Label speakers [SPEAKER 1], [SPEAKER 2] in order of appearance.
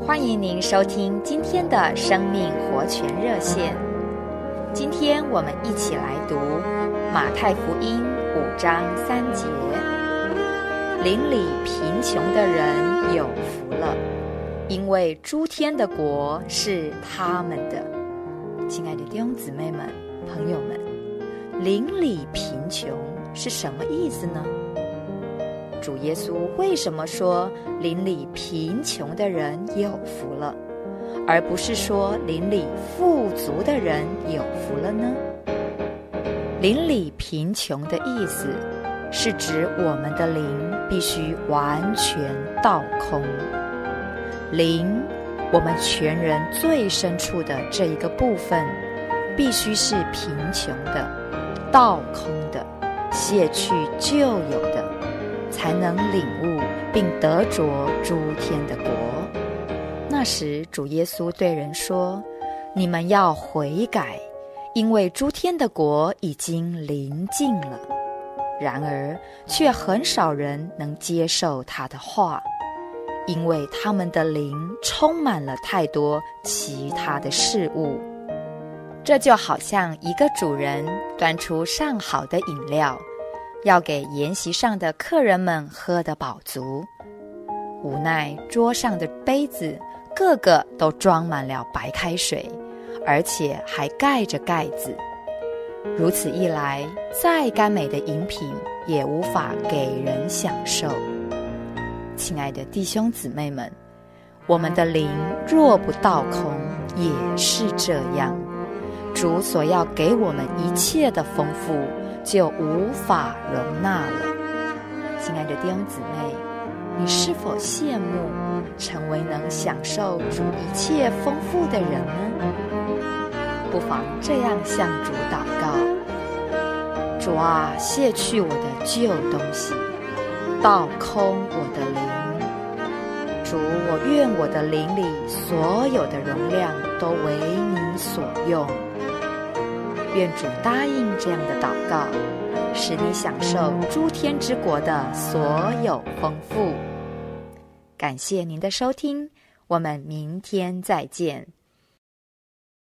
[SPEAKER 1] 欢迎您收听今天的生命活泉热线。今天我们一起来读马太福音5章3节，邻里贫穷的人有福了，因为诸天的国是他们的。亲爱的弟兄姊妹们、朋友们，邻里贫穷是什么意思呢？主耶稣为什么说邻里贫穷的人有福了，而不是说邻里富足的人有福了呢？邻里贫穷的意思是指我们的灵必须完全倒空。灵，我们全人最深处的这一个部分，必须是贫穷的、倒空的、卸去旧有的，才能领悟并得着诸天的国。那时主耶稣对人说，你们要悔改，因为诸天的国已经临近了。然而却很少人能接受他的话，因为他们的灵充满了太多其他的事物。这就好像一个主人端出上好的饮料，要给筵席上的客人们喝得饱足，无奈桌上的杯子个个都装满了白开水，而且还盖着盖子。如此一来，再甘美的饮品也无法给人享受。亲爱的弟兄姊妹们，我们的灵若不倒空，也是这样。主所要给我们一切的丰富，就无法容纳了。亲爱的弟兄姊妹，你是否羡慕成为能享受主一切丰富的人呢？不妨这样向主祷告：主啊，卸去我的旧东西，倒空我的灵。主，我愿我的灵里所有的容量都为你所用。愿主答应这样的祷告，使你享受诸天之国的所有丰富。感谢您的收听，我们明天再见。